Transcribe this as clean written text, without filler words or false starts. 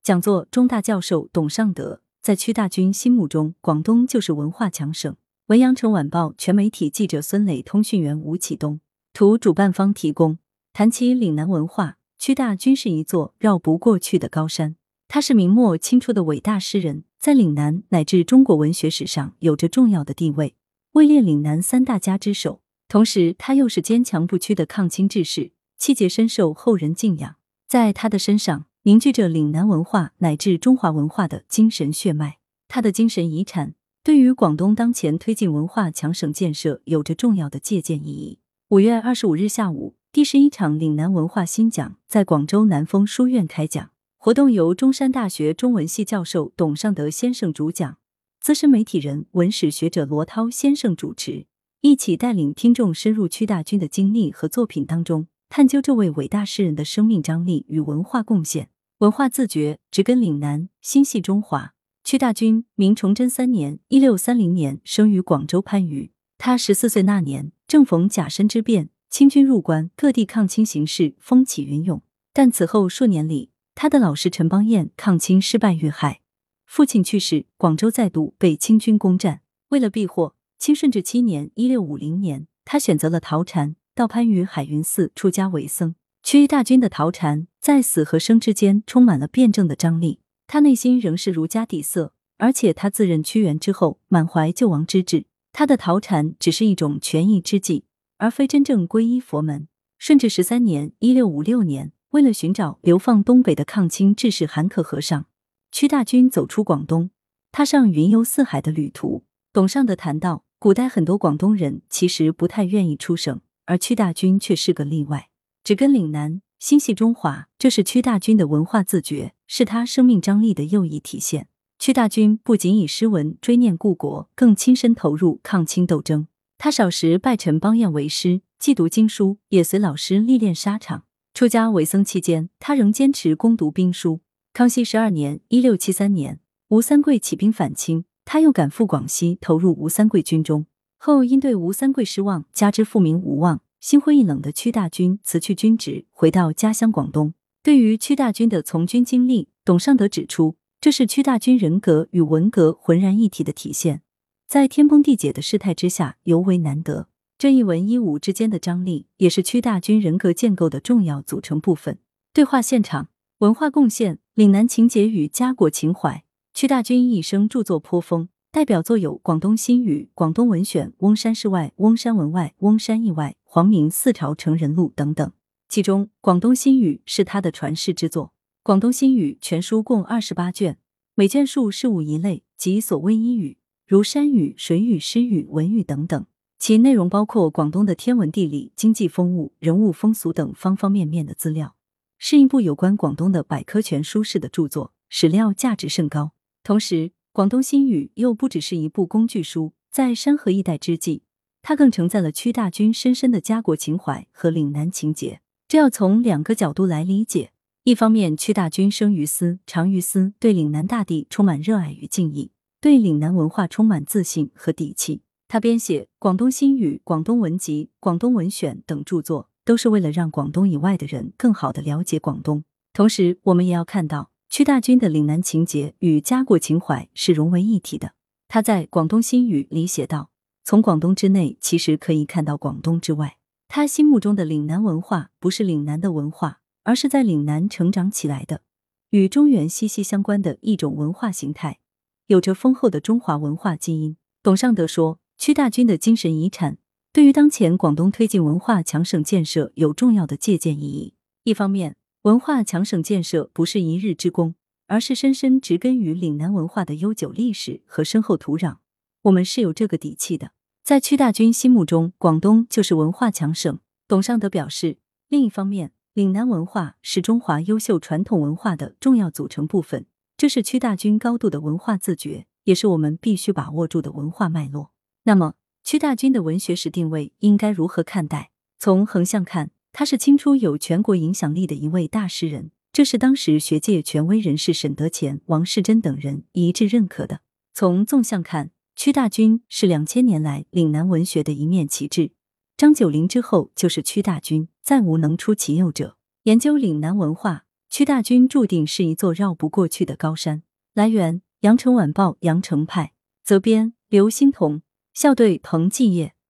讲座中大教授董尚德，在屈大均心目中，广东就是文化强省。文阳城晚报全媒体记者孙磊，通讯员吴启东。图主办方提供。谈起岭南文化，屈大均是一座绕不过去的高山。他是明末清初的伟大诗人，在岭南乃至中国文学史上有着重要的地位，位列岭南三大家之首。同时，他又是坚强不屈的抗清志士，气节深受后人敬仰。在他的身上凝聚着岭南文化乃至中华文化的精神血脉。他的精神遗产对于广东当前推进文化强省建设有着重要的借鉴意义。5月25日下午，第11场岭南文化新讲在广州南丰书院开讲，活动由中山大学中文系教授董尚德先生主讲，资深媒体人、文史学者罗涛先生主持，一起带领听众深入屈大均的经历和作品当中，探究这位伟大诗人的生命张力与文化贡献。文化自觉，植根岭南，心系中华。屈大均，明崇祯3年1630年生于广州番禺。他14岁那年，正逢甲申之变，清军入关，各地抗清形势风起云涌。但此后数年里，他的老师陈邦彦抗清失败遇害，父亲去世，广州再度被清军攻占。为了避祸，清顺治7年1650年，他选择了逃禅，到番禺海云寺出家为僧。屈大均的逃禅在死和生之间充满了辩证的张力，他内心仍是儒家底色，而且他自任屈原之后，满怀救亡之志。他的逃禅只是一种权宜之计，而非真正皈依佛门。顺治13年1656年，为了寻找流放东北的抗清志士韩可和尚，屈大均走出广东，踏上云游四海的旅途。董尚德谈到，古代很多广东人其实不太愿意出省，而屈大均却是个例外。植根岭南，心系中华，这是屈大均的文化自觉，是他生命张力的又一体现。屈大均不仅以诗文追念故国，更亲身投入抗清斗争。他少时拜陈邦彦为师，既读经书，也随老师历练沙场。出家为僧期间，他仍坚持攻读兵书。康熙12年1673年，吴三桂起兵反清，他又赶赴广西，投入吴三桂军中。后因对吴三桂失望，加之父名无望，心灰意冷的屈大均辞去军职，回到家乡广东。对于屈大均的从军经历，董尚德指出，这是屈大均人格与文革浑然一体的体现，在天崩地解的事态之下尤为难得。这一文一武之间的张力，也是屈大均人格建构的重要组成部分。对话现场，文化贡献：岭南情结与家国情怀。屈大均一生著作颇丰，代表作有《广东新语》《广东文选》《翁山事外》《翁山文外》《翁山义外》《黄明四朝成人录》等等。其中，《广东新语》是他的传世之作。《广东新语》全书共28卷，每卷数事物一类，即所谓一语，如山语、水语、诗语、文语等等。其内容包括广东的天文地理、经济风物、人物风俗等方方面面的资料，是一部有关广东的百科全书式的著作，史料价值甚高。同时，《广东新语》又不只是一部工具书，在山河易代之际，它更承载了屈大均深深的家国情怀和岭南情结。这要从2个角度来理解。一方面，屈大均生于斯，长于斯，对岭南大地充满热爱与敬意，对岭南文化充满自信和底气。他编写《广东新语》《广东文集》《广东文选》等著作，都是为了让广东以外的人更好地了解广东。同时，我们也要看到，屈大均的岭南情结与家国情怀是融为一体的。他在《广东新语》里写道，从广东之内其实可以看到广东之外。他心目中的岭南文化不是岭南的文化，而是在岭南成长起来的，与中原息息相关的一种文化形态，有着丰厚的中华文化基因。董尚德说，屈大均的精神遗产对于当前广东推进文化强省建设有重要的借鉴意义。一方面，文化强省建设不是一日之功，而是深深植根于岭南文化的悠久历史和深厚土壤，我们是有这个底气的。在屈大均心目中，广东就是文化强省。董尚德表示，另一方面，岭南文化是中华优秀传统文化的重要组成部分，这是屈大均高度的文化自觉，也是我们必须把握住的文化脉络。那么，屈大均的文学史定位应该如何看待？从横向看，他是清初有全国影响力的一位大诗人，这是当时学界权威人士沈德潜、王士祯等人一致认可的。从纵向看，屈大均是2000年来岭南文学的一面旗帜，张九龄之后就是屈大均，再无能出其右者。研究岭南文化， 屈大均注定是一座绕不过去的高山。来源：羊城晚报羊城派，责编：刘欣彤，校对：彭继业。